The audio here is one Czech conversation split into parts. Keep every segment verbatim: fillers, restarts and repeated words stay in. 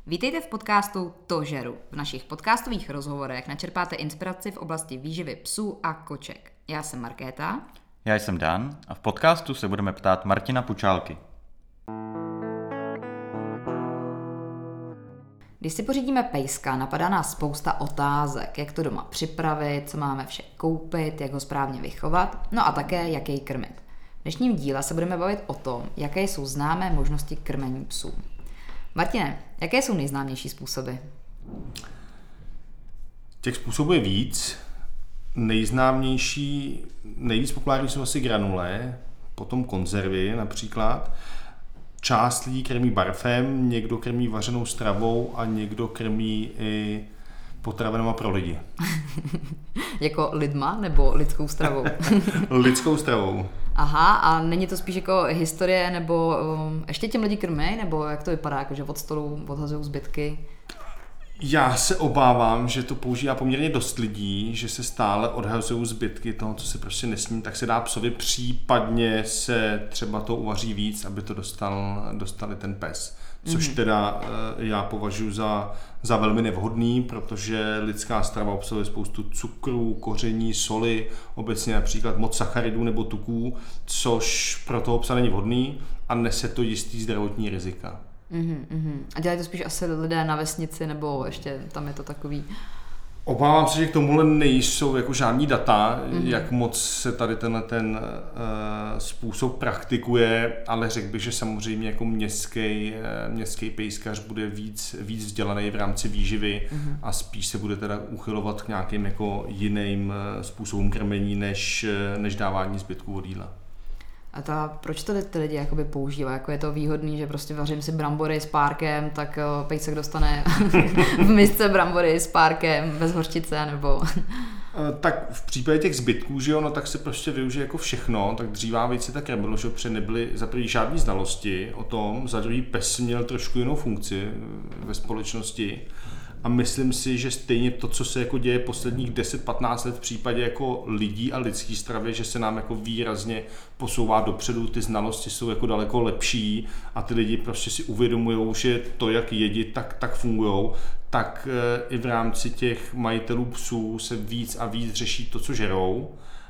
Vítejte v podcastu To žeru. V našich podcastových rozhovorech načerpáte inspiraci v oblasti výživy psů a koček. Já jsem Markéta. Já jsem Dan a v podcastu se budeme ptát Martina Pučálky. Když si pořídíme pejska, napadá nás spousta otázek, jak to doma připravit, co máme vše koupit, jak ho správně vychovat, no a také jak jej krmit. V dnešním díle se budeme bavit o tom, jaké jsou známé možnosti krmení psů. Martine, jaké jsou nejznámější způsoby? Těch způsobů je víc. Nejznámější, nejvíc populární jsou asi granule, potom konzervy například. Část lidí krmí barfem, někdo krmí vařenou stravou a někdo krmí i potravinama pro lidi. Jako lidma nebo lidskou stravou? Lidskou stravou. Aha, a není to spíš jako historie, nebo um, ještě těm lidi krmí, nebo jak to vypadá, jako že od stolu odhazují zbytky? Já se obávám, že to používá poměrně dost lidí, že se stále odhazují zbytky toho, co se prostě nesmí, tak se dá psovi, případně se třeba to uvaří víc, aby to dostal, dostali ten pes. Což teda já považuji za, za velmi nevhodný, protože lidská strava obsahuje spoustu cukrů, koření, soli, obecně například moc sacharidů nebo tuků, což pro toho psa není vhodný a nese to jistý zdravotní rizika. Uhum, uhum. A dělají to spíš asi lidé na vesnici, nebo ještě tam je to takový... Obávám se, že k tomuhle nejsou jako žádný data, mm-hmm. jak moc se tady tenhle ten uh, způsob praktikuje, ale řekl bych, že samozřejmě jako městský, uh, městský pejskař bude víc, víc vzdělaný v rámci výživy mm-hmm. a spíš se bude teda uchylovat k nějakým jako jiným uh, způsobům krmení, než, uh, než dávání zbytků od jídla. A ta, proč to ty lidi jakoby používají? Jako je to výhodný, že prostě vařím si brambory s párkem, tak pejsek dostane v misce brambory s párkem bez hořčice, nebo... Tak v případě těch zbytků, že jo, no, tak se prostě využije jako všechno, tak dříva věci tak nebylo, že protože nebyly za první žádný znalosti o tom, za druhý pes měl trošku jinou funkci ve společnosti. A myslím si, že stejně to, co se jako děje posledních deset patnáct let v případě jako lidí a lidský stravy, že se nám jako výrazně posouvá dopředu, ty znalosti jsou jako daleko lepší a ty lidi prostě si uvědomujou, že to, jak jedí, tak, tak fungujou, tak i v rámci těch majitelů psů se víc a víc řeší to, co žerou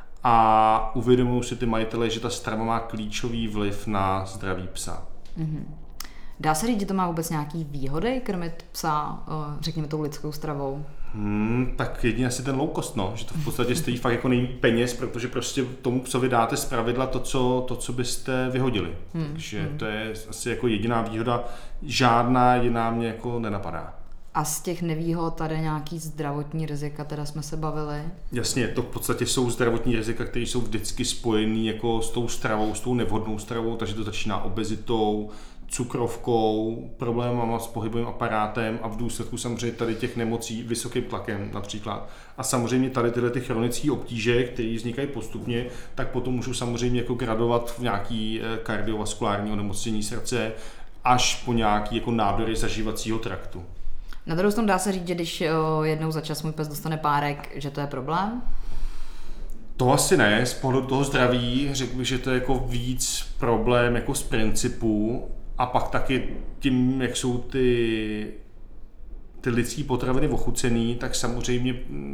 a uvědomují si ty majitele, že ta strava má klíčový vliv na zdraví psa. Mm-hmm. Dá se říct, že to má vůbec nějaký výhody krmit psa, řekněme, tou lidskou stravou? Hmm, tak jedině asi ten low cost, no, že to v podstatě stojí fakt jako nejvíc peněz, protože prostě tomu psovi dáte zpravidla to, co, to, co byste vyhodili. Hmm. Takže hmm. to je asi jako jediná výhoda, žádná jiná mě jako nenapadá. A z těch nevýhod tady nějaký zdravotní rizika, teda jsme se bavili? Jasně, to v podstatě jsou zdravotní rizika, které jsou vždycky spojený jako s tou stravou, s tou nevhodnou stravou, takže to začíná obezitou, cukrovkou, problémama s pohybovým aparátem a v důsledku samozřejmě tady těch nemocí vysokým tlakem například. A samozřejmě tady tyhle ty chronické obtíže, které vznikají postupně, tak potom můžou samozřejmě jako gradovat v nějaký kardiovaskulární onemocnění srdce až po nějaký jako nádory zažívacího traktu. Na druhou stranu dá se říct, že když jednou za čas můj pes dostane párek, že to je problém? To asi ne, z pohledu toho zdraví řekl bych, že to je jako víc problém jako z principu a pak taky tím, jak jsou ty, ty lidský potraviny ochucený, tak samozřejmě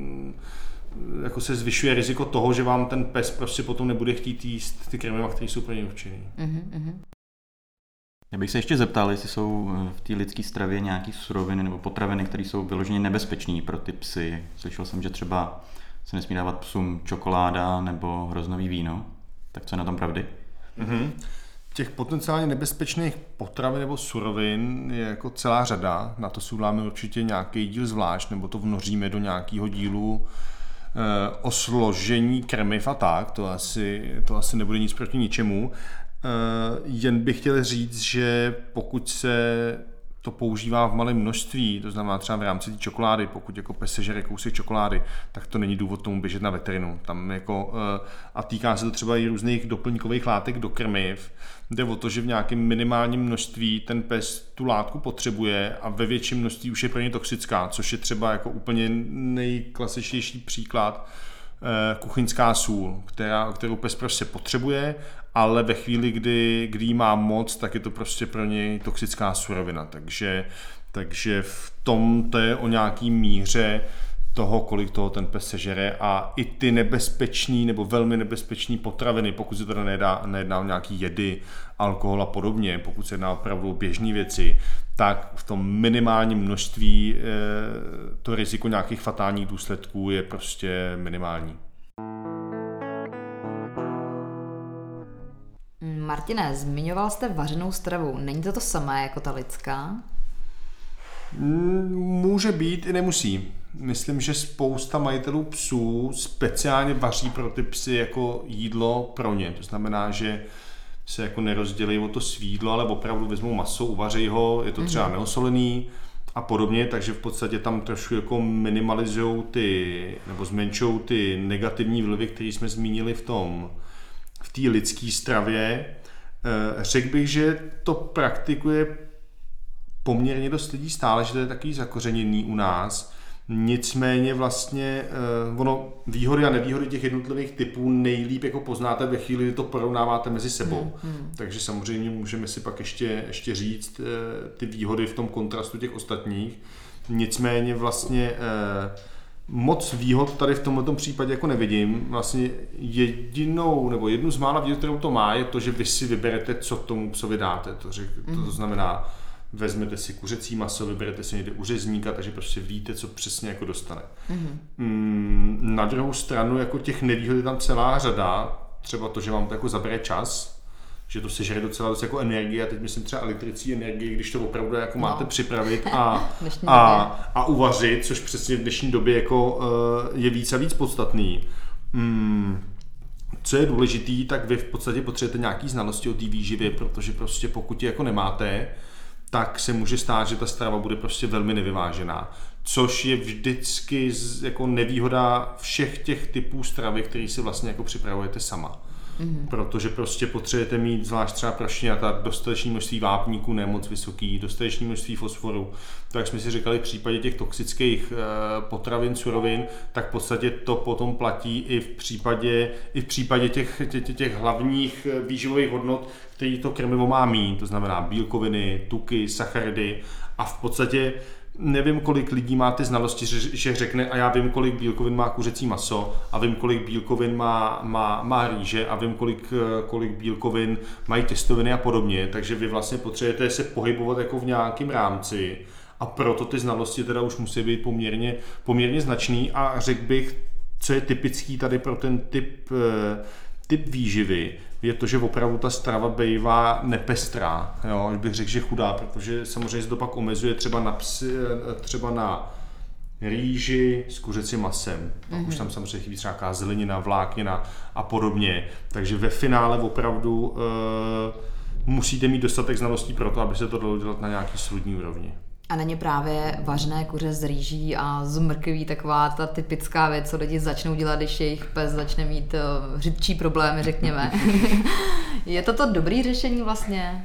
jako se zvyšuje riziko toho, že vám ten pes prostě potom nebude chtít jíst ty krmiva, které jsou pro něj určený. Mm-hmm. Já bych se ještě zeptal, jestli jsou v té lidské stravě nějaké suroviny nebo potraviny, které jsou vyloženě nebezpečné pro ty psy. Slyšel jsem, že třeba se nesmí dávat psům čokoláda nebo hroznový víno. Tak co je na tom pravdy? Mm-hmm. Těch potenciálně nebezpečných potravin nebo surovin je jako celá řada. Na to si uděláme určitě nějaký díl zvlášť, nebo to vnoříme do nějakého dílu e, o složení krmiv a tak. To asi, to asi nebude nic proti ničemu. E, jen bych chtěl říct, že pokud se to používá v malém množství, to znamená třeba v rámci té čokolády, pokud jako pes sežere kousek čokolády, tak to není důvod tomu běžet na veterinu. Tam jako, a týká se to třeba i různých doplňkových látek do krmiv. Jde o to, že v nějakém minimálním množství ten pes tu látku potřebuje a ve větším množství už je pro ně toxická, což je třeba jako úplně nejklasičnější příklad kuchyňská sůl, která, kterou pes prostě potřebuje, ale ve chvíli, kdy, kdy jí má moc, tak je to prostě pro něj toxická surovina. Takže Takže v tom to je o nějaký míře toho, kolik toho ten pes sežere a i ty nebezpečný nebo velmi nebezpečný potraviny, pokud se teda nejedná, nejedná o nějaký jedy, alkohol a podobně, pokud se jedná opravdu o běžné věci, tak v tom minimálním množství e, to riziko nějakých fatálních důsledků je prostě minimální. Martine, zmiňoval jste vařenou stravu. Není to to samé jako ta lidská? Může být i nemusí. Myslím, že spousta majitelů psů speciálně vaří pro ty psy jako jídlo pro ně. To znamená, že se jako nerozdělí o to svídlo, ale opravdu vezmou maso, uvaří ho, je to třeba mm-hmm. neosolený a podobně, takže v podstatě tam trošku jako minimalizujou ty, nebo zmenšou ty negativní vlivy, které jsme zmínili v tom, v té lidské stravě. Řekl bych, že to praktikuje poměrně dost lidí stále, že to je takový zakořeněný u nás. Nicméně vlastně ono výhody a nevýhody těch jednotlivých typů nejlíp jako poznáte ve chvíli, kdy to porovnáváte mezi sebou. Hmm, hmm. Takže samozřejmě můžeme si pak ještě, ještě říct ty výhody v tom kontrastu těch ostatních. Nicméně vlastně moc výhod tady v tomto případě jako nevidím. Vlastně jedinou nebo jednu z mála výhod, kterou to má, je to, že vy si vyberete, co tomu psovi dáte. To, řek, to, to znamená, vezmete si kuřecí maso, vyberete si někde u řezníka, takže prostě víte, co přesně jako dostane. Mm. Na druhou stranu jako těch nevýhod je tam celá řada, třeba to, že vám to jako zabere čas, že to sežere docela dost jako energie, a teď myslím třeba elektricí energie, když to opravdu jako no. máte připravit a, a, a uvařit, což přesně v dnešní době jako je víc a víc podstatný. Mm. Co je důležitý, tak vy v podstatě potřebujete nějaký znalosti o té výživě, protože prostě pokud je jako nemáte, tak se může stát, že ta strava bude prostě velmi nevyvážená. Což je vždycky jako nevýhoda všech těch typů stravy, který si vlastně jako připravujete sama. Mm-hmm. Protože prostě potřebujete mít zvlášť třeba prašňata dostatečné množství vápníků, ne moc vysoký, dostatečné množství fosforu. Tak jak jsme si říkali, v případě těch toxických potravin, surovin, tak v podstatě to potom platí i v případě, i v případě těch, těch, těch hlavních výživových hodnot, který to krmivo má mít, to znamená bílkoviny, tuky, sacharidy a v podstatě nevím, kolik lidí má ty znalosti, že řekne a já vím, kolik bílkovin má kuřecí maso a vím, kolik bílkovin má, má, má rýže a vím, kolik, kolik bílkovin mají těstoviny a podobně, takže vy vlastně potřebujete se pohybovat jako v nějakém rámci a proto ty znalosti teda už musí být poměrně, poměrně značný a řekl bych, co je typický tady pro ten typ, typ výživy, je to, že opravdu ta strava bývá nepestrá, jo, až bych řekl, že chudá, protože samozřejmě se to pak omezuje třeba na, psy, třeba na rýži s kuřecím masem, mm-hmm. už tam samozřejmě chybí třeba nějaká zelenina, vláknina a podobně, takže ve finále opravdu e, musíte mít dostatek znalostí pro to, aby se to dalo dělat na nějaký solidní úrovni. A není právě vařené kuře z rýží a z mrkví taková ta typická věc, co lidi začnou dělat, když jejich pes začne mít uh, řidčí problémy, řekněme. Je to to dobré řešení vlastně?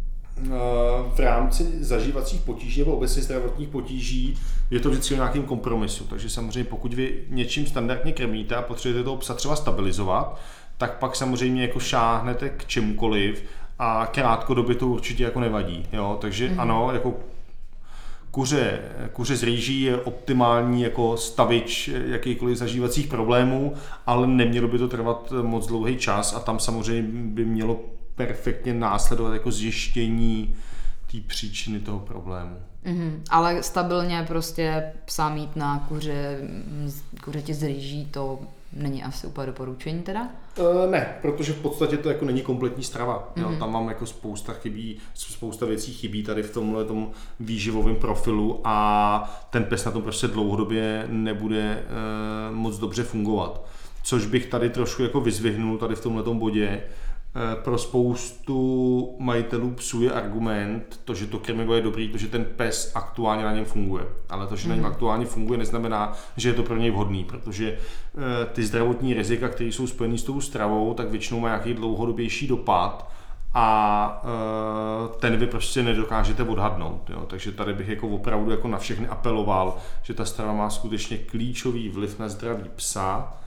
V rámci zažívacích potíží nebo obecně zdravotních potíží je to vždycky o nějakým kompromisu. Takže samozřejmě pokud vy něčím standardně krmíte a potřebujete toho psa třeba stabilizovat, tak pak samozřejmě jako šáhnete k čemukoliv a krátkodobě to určitě jako nevadí. Jo? Takže mm-hmm. ano, jako Kuře, kuře z rýží je optimální jako stavič jakýchkoliv zažívacích problémů, ale nemělo by to trvat moc dlouhý čas a tam samozřejmě by mělo perfektně následovat jako zjištění té příčiny toho problému. Mm-hmm. Ale stabilně prostě psa mít na kuře, kuřeti z rýží, to není asi úplně doporučení teda? E, ne, protože v podstatě to jako není kompletní strava. Mm-hmm. Jo, tam mám jako spousta chybí, spousta věcí chybí tady v tomhle tom výživovém profilu a ten pes na tom prostě dlouhodobě nebude e, moc dobře fungovat. Což bych tady trošku jako vyzvihnul tady v tomhletom bodě. Pro spoustu majitelů psů je argument, to, že to krmivo je dobrý, to, že ten pes aktuálně na něm funguje. Ale to, že na něm aktuálně funguje, neznamená, že je to pro něj vhodný, protože ty zdravotní rizika, které jsou spojené s tou stravou, tak většinou má nějaký dlouhodobější dopad a ten vy prostě nedokážete odhadnout. Jo? Takže tady bych jako opravdu jako na všechny apeloval, že ta strava má skutečně klíčový vliv na zdraví psa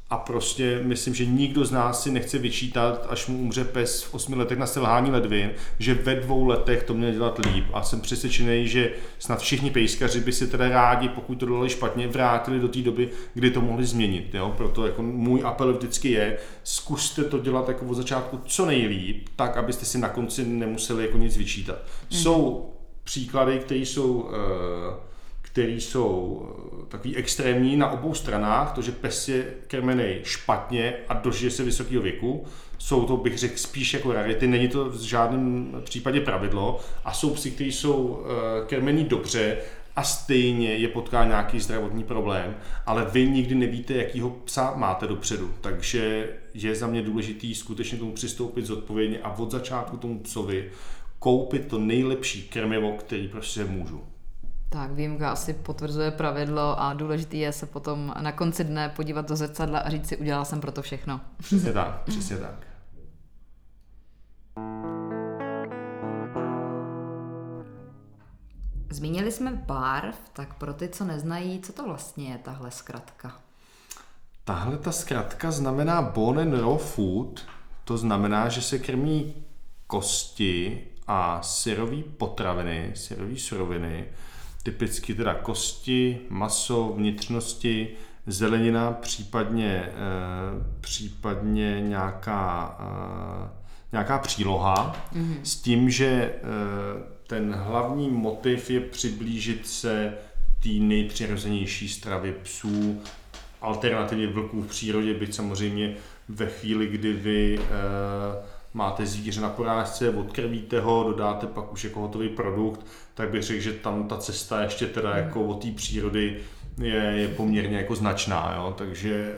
A prostě myslím, že nikdo z nás si nechce vyčítat, až mu umře pes v osmi letech na selhání ledvin, že ve dvou letech to měl dělat líp. A jsem přesvědčený, že snad všichni pejskaři by si teda rádi, pokud to dělali špatně, vrátili do té doby, kdy to mohli změnit. Jo? Proto jako můj apel vždycky je, zkuste to dělat jako od začátku co nejlíp, tak, abyste si na konci nemuseli jako nic vyčítat. Mm. Jsou příklady, které jsou... Uh, který jsou takový extrémní na obou stranách, to, že pes je krmený špatně a dožije se vysokého věku. Jsou to, bych řekl, spíš jako rarity, není to v žádném případě pravidlo. A jsou psi, kteří jsou krmení dobře a stejně je potká nějaký zdravotní problém, ale vy nikdy nevíte, jakýho psa máte dopředu. Takže je za mě důležitý skutečně tomu přistoupit zodpovědně a od začátku tomu psovi koupit to nejlepší krmivo, který prostě můžu. Tak výjimka asi potvrzuje pravidlo a důležitý je se potom na konci dne podívat do zrcadla a říct si, udělal jsem pro to všechno. Přesně tak, přesně tak. Zmínili jsme barv, tak pro ty, co neznají, co to vlastně je tahle zkratka? Tahle ta zkratka znamená bone and raw food, to znamená, že se krmí kosti a syrový potraviny, syrový suroviny, typicky teda kosti, maso, vnitřnosti, zelenina, případně, eh, případně nějaká, eh, nějaká příloha, mm-hmm. s tím, že eh, ten hlavní motiv je přiblížit se té nejpřirozenější stravě psů, alternativně vlků v přírodě, byť samozřejmě ve chvíli, kdy vy eh, máte zvíře na porážce, odkrvíte ho, dodáte pak už jako hotový produkt, tak bych řekl, že tam ta cesta ještě teda jako od té přírody je, je poměrně jako značná, jo? Takže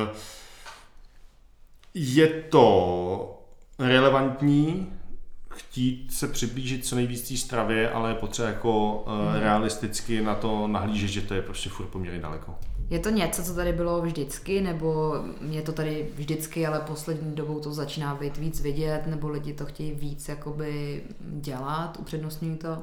je to relevantní chtít se přiblížit co nejvíc té stravě, ale je potřeba jako mm. realisticky na to nahlížet, že to je prostě furt poměrně daleko. Je to něco, co tady bylo vždycky, nebo je to tady vždycky, ale poslední dobou to začíná být víc vidět, nebo lidi to chtějí víc jakoby dělat, upřednostňují to?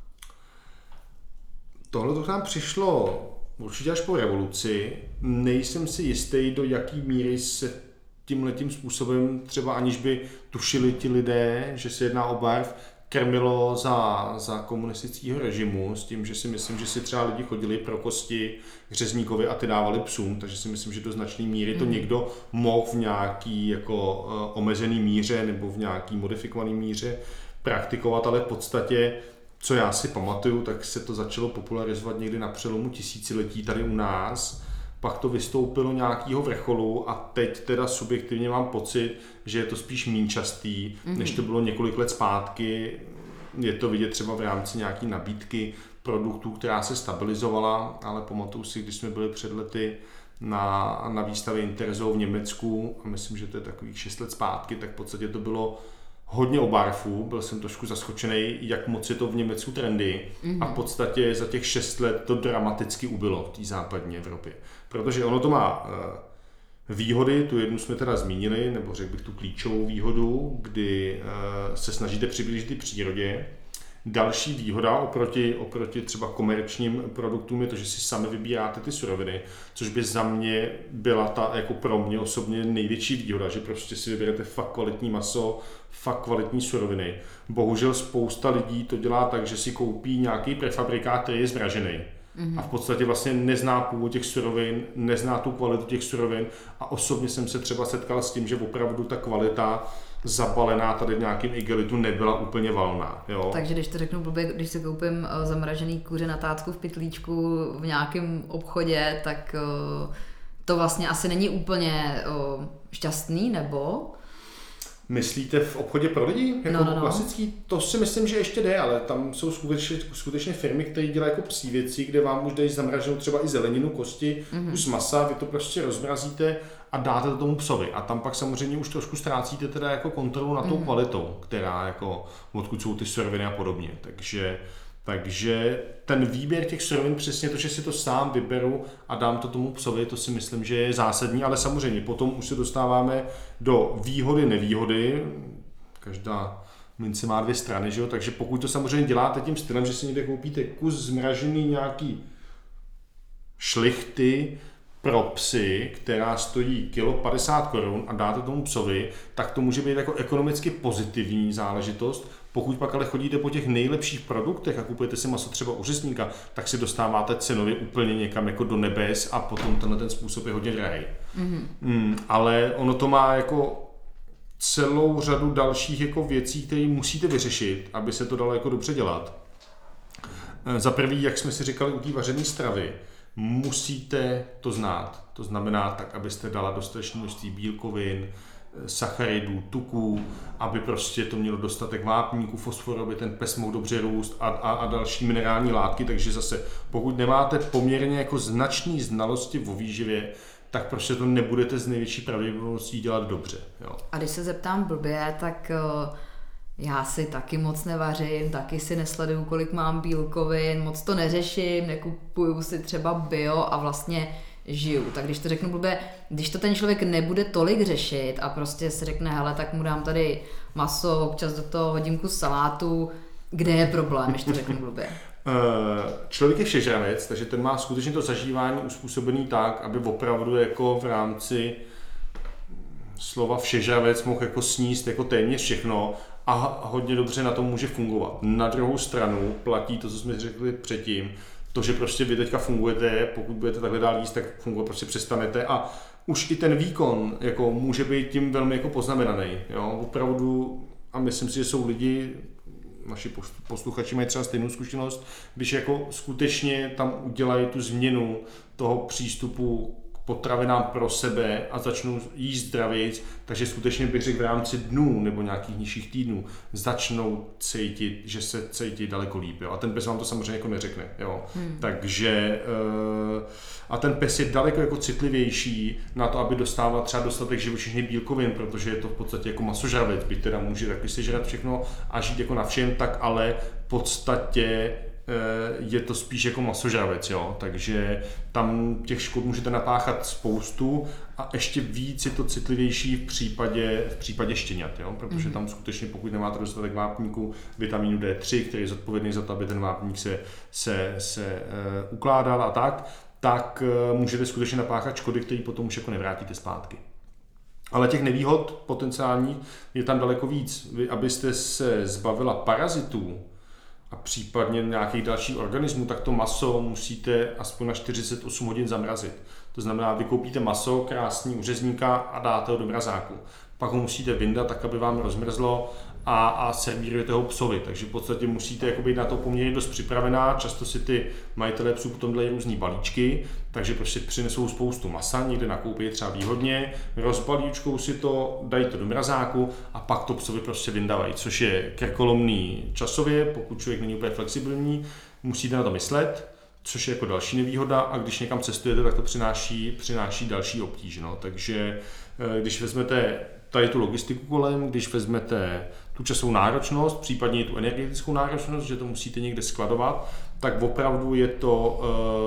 Tohle to k nám přišlo určitě až po revoluci. Nejsem si jistý, do jaký míry se tímhletím způsobem, třeba aniž by tušili ti lidé, že se jedná o barv, krmilo za, za komunistického režimu, s tím, že si myslím, že si třeba lidi chodili pro kosti k řezníkovi a ty dávali psům, takže si myslím, že do značné míry to někdo mohl v nějaký jako uh, omezený míře nebo v nějaký modifikovaný míře praktikovat, ale v podstatě, co já si pamatuju, tak se to začalo popularizovat někdy na přelomu tisíciletí tady u nás, pak to vystoupilo nějakýho vrcholu a teď teda subjektivně mám pocit, že je to spíš méně častý, mm-hmm. než to bylo několik let zpátky. Je to vidět třeba v rámci nějaký nabídky produktů, která se stabilizovala, ale pamatuju si, když jsme byli před lety na, na výstavě Interzoo v Německu a myslím, že to je takových šest let zpátky, tak v podstatě to bylo hodně o barfu, byl jsem trošku zaskočený, jak moc je to v Německu trendy mm-hmm. a v podstatě za těch šest let to dramaticky ubylo v té západní Evropě. Protože ono to má výhody, tu jednu jsme teda zmínili, nebo řekl bych tu klíčovou výhodu, kdy se snažíte přiblížit ty přírodě. Další výhoda oproti, oproti třeba komerčním produktům je to, že si sami vybíráte ty suroviny, což by za mě byla ta, jako pro mě osobně největší výhoda, že prostě si vyberete fakt kvalitní maso, fakt kvalitní suroviny. Bohužel spousta lidí to dělá tak, že si koupí nějaký prefabrikát, který je zmražený. Mm-hmm. A v podstatě vlastně nezná původ těch surovin, nezná tu kvalitu těch surovin a osobně jsem se třeba setkal s tím, že opravdu ta kvalita zabalená tady v nějakém igelitu nebyla úplně valná. Jo? Takže když to řeknu blbě, když si koupím zamražený kuře na tácku v pytlíčku v nějakém obchodě, tak to vlastně asi není úplně šťastný, nebo... Myslíte v obchodě pro lidi? Jako no, no, no. klasický? To si myslím, že ještě jde, ale tam jsou skutečně, skutečně firmy, které dělají jako psí věci, kde vám už dají zamraženou třeba i zeleninu, kosti, mm-hmm. kus masa, vy to prostě rozmrazíte a dáte to tomu psovi. A tam pak samozřejmě už trošku ztrácíte teda jako kontrolu nad tou mm-hmm. kvalitou, která jako, odkud jsou ty suroviny a podobně. Takže Takže ten výběr těch surovin, přesně to, že si to sám vyberu a dám to tomu psovi, to si myslím, že je zásadní, ale samozřejmě potom už se dostáváme do výhody, nevýhody. Každá mince má dvě strany, že jo? Takže pokud to samozřejmě děláte tím stylem, že si někde koupíte kus zmražený nějaký šlichty, pro psy, která stojí kilo padesát korun a dáte tomu psovi, tak to může být jako ekonomicky pozitivní záležitost. Pokud pak ale chodíte po těch nejlepších produktech a kupujete si maso třeba u řezníka, tak si dostáváte cenově úplně někam jako do nebes a potom tenhle ten způsob je hodně drahý. Mm-hmm. Mm, ale ono to má jako celou řadu dalších jako věcí, které musíte vyřešit, aby se to dalo jako dobře dělat. Za prvý, jak jsme si říkali u té vařené stravy, musíte to znát. To znamená tak, abyste dala dostatečné množství bílkovin, sacharidů, tuků, aby prostě to mělo dostatek vápníku, fosforu, aby ten pes mohl dobře růst a, a, a další minerální látky. Takže zase, pokud nemáte poměrně jako značný znalosti o výživě, tak prostě to nebudete z největší pravděpodobností dělat dobře. Jo. A když se zeptám blbě, tak já si taky moc nevařím, taky si nesleduju, kolik mám bílkovin, moc to neřeším, nekupuju si třeba bio a vlastně žiju. Tak když to řeknu blbě, když to ten člověk nebude tolik řešit a prostě si řekne, hele, tak mu dám tady maso, občas do toho hodím kus salátu, kde je problém, když to řeknu blbě? Člověk je všežravec, takže ten má skutečně to zažívání uspůsobený tak, aby opravdu jako v rámci slova všežravec mohl jako sníst jako téměř všechno a hodně dobře na tom může fungovat. Na druhou stranu platí to, co jsme řekli předtím, to, že prostě vy teďka fungujete, pokud budete takhle dál jíst, tak fungovat prostě přestanete a už i ten výkon jako může být tím velmi jako poznamenaný. Jo? Opravdu, a myslím si, že jsou lidi, naši posluchači mají třeba stejnou zkušenost, když jako skutečně tam udělají tu změnu toho přístupu k potravinám pro sebe a začnou jíst zdravějc, takže skutečně bych řekl v rámci dnů nebo nějakých nižších týdnů začnou cítit, že se cítí daleko líp. Jo? A ten pes vám to samozřejmě jako neřekne. Jo? Hmm. Takže a ten pes je daleko jako citlivější na to, aby dostával třeba dostatek živočišných bílkovin, protože je to v podstatě jako masožravec, byť teda může taky sežrat všechno a žít jako na všem, tak ale v podstatě je to spíš jako masožravec, jo? Takže tam těch škod můžete napáchat spoustu a ještě víc je to citlivější v případě, v případě štěňat, jo? Protože tam skutečně pokud nemáte dostatek vápníku, vitamínu D tři, který je zodpovědný za to, aby ten vápník se, se, se uh, ukládal a tak, tak uh, můžete skutečně napáchat škody, které potom už jako nevrátíte zpátky. Ale těch nevýhod potenciální je tam daleko víc. Vy, abyste se zbavila parazitů a případně nějakých dalších organismů, tak to maso musíte aspoň na čtyřicet osm hodin zamrazit. To znamená, vykoupíte maso krásný u řezníka a dáte ho do mrazáku. Pak ho musíte vyndat tak, aby vám rozmrzlo a, a servírujete ho psovi. Takže v podstatě musíte jako být na to poměrně dost připravená. Často si ty majitelé psů potom dělají různý balíčky, takže prostě přinesou spoustu masa, někde nakoupí třeba výhodně, rozbalíčkou si to, dají to do mrazáku a pak to psovi prostě vyndavají, což je krkolomný časově, pokud člověk není úplně flexibilní, musíte na to myslet, což je jako další nevýhoda a když někam cestujete, tak to přináší, přináší další obtíž. No. Takže když vezmete tady tu logistiku kolem, když vezmete tu časovou náročnost, případně i tu energetickou náročnost, že to musíte někde skladovat, tak opravdu je to,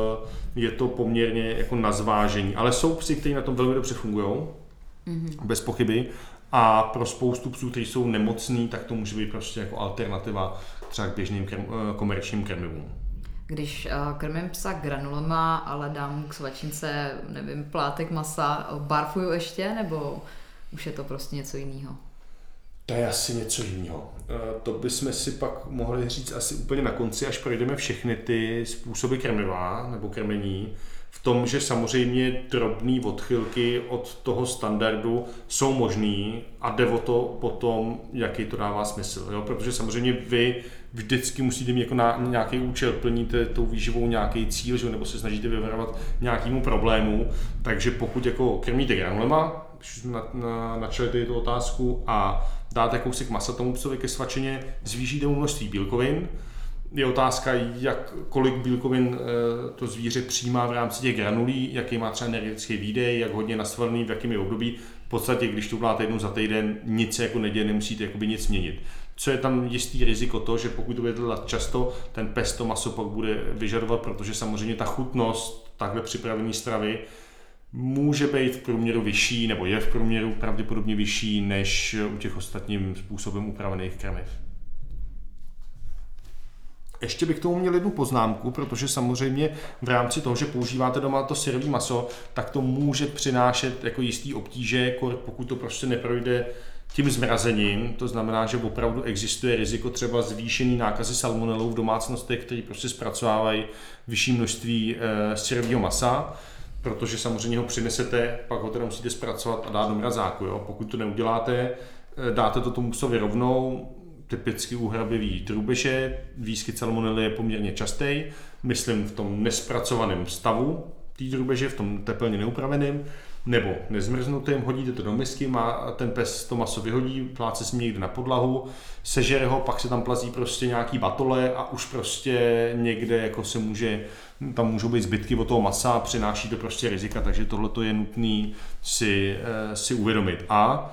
je to poměrně jako na zvážení. Ale jsou psi, kteří na tom velmi dobře fungují, mm-hmm. bez pochyby. A pro spoustu psů, kteří jsou nemocní, tak to může být prostě jako alternativa třeba k běžným krm, komerčním krmivům. Když krmím psa granulema, ale dám mu k svačince, nevím, plátek masa, barfuju ještě, nebo už je to prostě něco jiného? To je asi něco jiného. To bychom si pak mohli říct asi úplně na konci, až projdeme všechny ty způsoby krmiva nebo krmení. V tom, že samozřejmě drobné odchylky od toho standardu jsou možný a jde o to potom, jaký to dává smysl. Jo? Protože samozřejmě vy vždycky musíte mít jako na nějaký účel, plníte tou výživou nějaký cíl, že? Nebo se snažíte vyvarovat nějakému problému. Takže pokud jako krmíte granulema, když jsme na, na, načali tu otázku a dáte kousek masa tomu psovi ke svačině, zvýšíte mu množství bílkovin. Je otázka, jak, kolik bílkovin to zvíře přijímá v rámci těch granulí, jaký má třeba energetický výdej, jak hodně nasvalný, v jakém je období. V podstatě, když to uděláte jednou za týden, nic se jako neděje, nemusíte jakoby nic měnit. Co je tam jistý riziko to, že pokud to budete dělat často, ten pes to maso pak bude vyžadovat, protože samozřejmě ta chutnost takhle připravené stravy může být v průměru vyšší, nebo je v průměru pravděpodobně vyšší, než u těch ostatním způsobem upravených krmiv. Ještě bych k tomu měl jednu poznámku, protože samozřejmě v rámci toho, že používáte doma to syrový maso, tak to může přinášet jako jistý obtíže, pokud to prostě neprojde tím zmrazením. To znamená, že opravdu existuje riziko třeba zvýšený nákazy salmonelou v domácnostech, které prostě zpracovávají vyšší množství e, syrového masa, protože samozřejmě ho přinesete, pak ho teda musíte zpracovat a dát do mrazáku. Jo? Pokud to neuděláte, dáte to tomu psovi rovnou, typicky u hrabivý drůbeže, výskyt salmonely je poměrně častý, myslím v tom nespracovaném stavu té drůbeže, v tom tepelně neupraveném, nebo nezmrznutým, hodíte to do misky, má, ten pes to maso vyhodí, pláce si někde na podlahu, sežere ho, pak se tam plazí prostě nějaký batole a už prostě někde jako se může, tam můžou být zbytky od toho masa a přináší to prostě rizika, takže tohle je nutné si, si uvědomit. A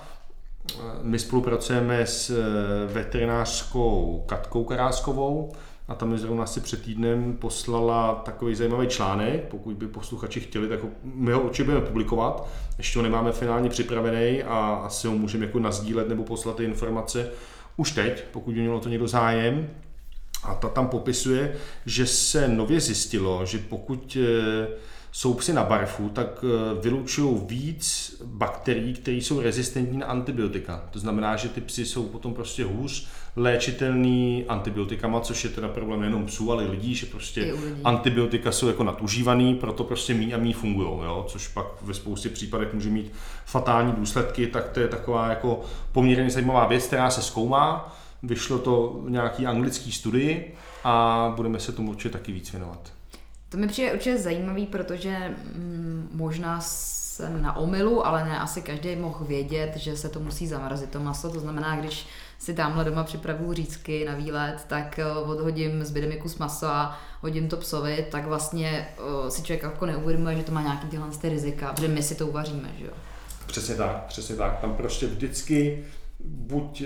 my spolupracujeme s veterinářskou Katkou Karáskovou a tam mi zrovna asi před týdnem poslala takový zajímavý článek, pokud by posluchači chtěli, tak ho, my ho určitě budeme publikovat, ještě ho nemáme finálně připravený a asi ho můžeme jako nazdílet nebo poslat ty informace už teď, pokud by mělo to někdo zájem. A ta tam popisuje, že se nově zjistilo, že pokud jsou psy na barfu, tak vylučují víc bakterií, které jsou rezistentní na antibiotika. To znamená, že ty psy jsou potom prostě hůř léčitelný antibiotikama, což je teda problém nejenom psů, ale i lidí, že prostě antibiotika jsou jako nadužívaný, proto prostě míň a míň fungujou, jo? Což pak ve spoustě případech může mít fatální důsledky, tak to je taková jako poměrně zajímavá věc, která se zkoumá. Vyšlo to v nějaký anglický studii a budeme se tomu určitě taky víc věnovat. To mi přijde určitě zajímavý, protože mm, možná jsem na omylu, ale ne asi každý mohl vědět, že se to musí zamrazit to maso. To znamená, když si tamhle doma připravuju řízky na výlet, tak odhodím zbyde mi kus masa a hodím to psovi, tak vlastně uh, si člověk jako neuvědomuje, že to má nějaký tyhle rizika, protože my si to uvaříme, že jo? Přesně tak, přesně tak. Tam prostě vždycky buď,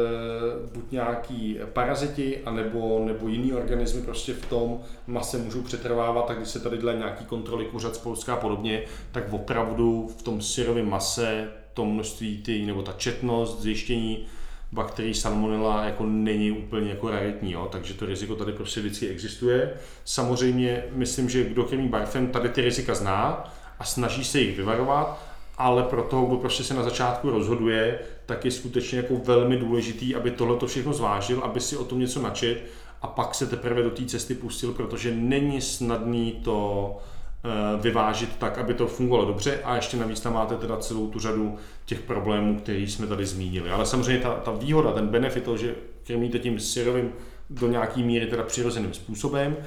buď nějaký paraziti, anebo, nebo jiný organismy prostě v tom mase můžou přetrvávat, tak když se tady dělají nějaký kontroly kuřat z Polska a podobně, tak opravdu v tom syrovém mase to množství ty, nebo ta četnost zjištění bakterií salmonella jako není úplně jako raritní, jo? Takže to riziko tady prostě vždycky existuje. Samozřejmě myslím, že kdo krmí barfem, tady ty rizika zná a snaží se jich vyvarovat, ale pro toho, kdo prostě se na začátku rozhoduje, tak je skutečně jako velmi důležitý, aby tohleto všechno zvážil, aby si o tom něco načet a pak se teprve do té cesty pustil, protože není snadný to vyvážit tak, aby to fungovalo dobře a ještě navíc tam máte teda celou tu řadu těch problémů, které jsme tady zmínili. Ale samozřejmě ta, ta výhoda, ten benefit, to, že krmíte tím syrovým do nějaký míry teda přirozeným způsobem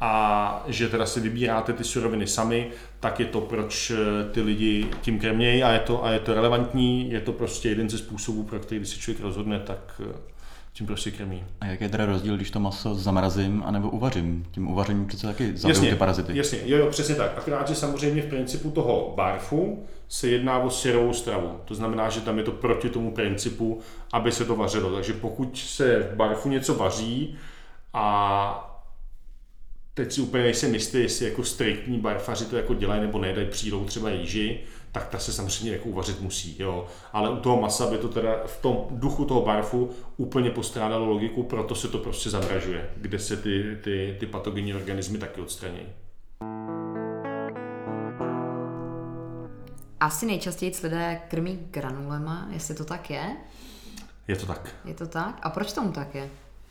a že teda si vybíráte ty suroviny sami, tak je to, proč ty lidi tím krmějí a je to, a je to relevantní, je to prostě jeden ze způsobů, pro který když se člověk rozhodne, tak tím prostě krmí. A jaký je teda rozdíl, když to maso zamrazím anebo uvařím? Tím uvařením přece taky zabijou ty parazity. Jasně, jo, jo, přesně tak. Akorát, že samozřejmě v principu toho barfu se jedná o syrovou stravu. To znamená, že tam je to proti tomu principu, aby se to vařilo. Takže pokud se v barfu něco vaří a teď si úplně nejsem jistý, jestli jako striktní barfaři to jako dělají nebo nedají přílohu třeba rýži, tak ta se samozřejmě jako uvařit musí, jo. Ale u toho masa by to teda v tom duchu toho barfu úplně postrádalo logiku, proto se to prostě zamražuje, kde se ty, ty, ty patogenní organismy taky odstraní. Asi nejčastěji lidé krmí granulema, jestli to tak je? Je to tak. Je to tak? A proč tomu tak je?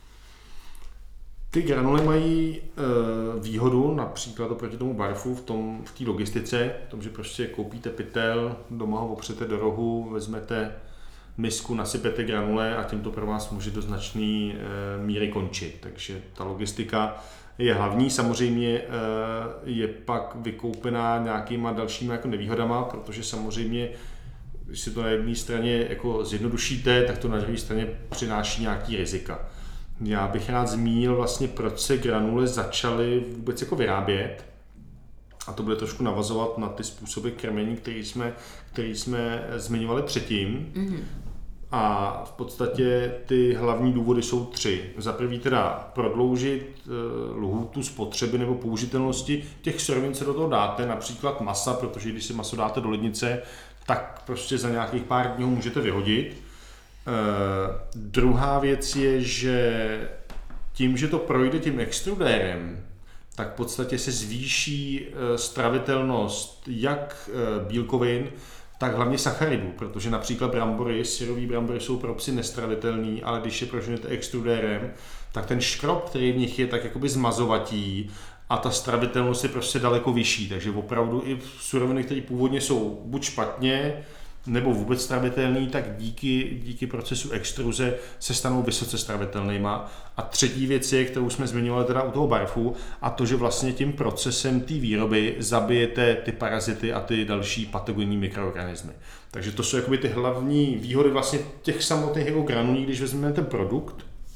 Ty granuly mají e, výhodu například oproti tomu barfu v tom v té logistice, v tom, že prostě koupíte pytel, doma ho opřete do rohu, vezmete misku, nasypete granule a tím to pro vás může do značné e, míry končit. Takže ta logistika je hlavní, samozřejmě e, je pak vykoupená nějakýma dalšíma jako nevýhodama, protože samozřejmě když si to na jedné straně jako zjednodušíte, tak to na druhé straně přináší nějaký rizika. Já bych rád zmínil vlastně, proč se granule začaly vůbec jako vyrábět. A to bude trošku navazovat na ty způsoby krmení, které jsme, který jsme zmiňovali předtím. Mm-hmm. A v podstatě ty hlavní důvody jsou tři. Za prvý teda prodloužit lhůtu spotřeby nebo použitelnosti těch surovin, co do toho dáte, například masa, protože když si maso dáte do lednice, tak prostě za nějakých pár dní ho můžete vyhodit. Uh, druhá věc je, že tím, že to projde tím extrudérem, tak v podstatě se zvýší stravitelnost jak bílkovin, tak hlavně sacharidů, protože například brambory, syrový brambory jsou pro psy nestravitelný, ale když je proženete extrudérem, tak ten škrob, který v nich je, tak jakoby zmazovatí a ta stravitelnost je prostě daleko vyšší, takže opravdu i suroviny, které původně jsou buď špatně, nebo vůbec stravitelný, tak díky, díky procesu extruze se stanou vysoce stravitelnýma. A třetí věc je, kterou jsme zmiňovali teda u toho barfu, a to, že vlastně tím procesem té výroby zabijete ty parazity a ty další patogenní mikroorganismy. Takže to jsou jakoby ty hlavní výhody vlastně těch samotných jako granulí, když vezmeme ten produkt.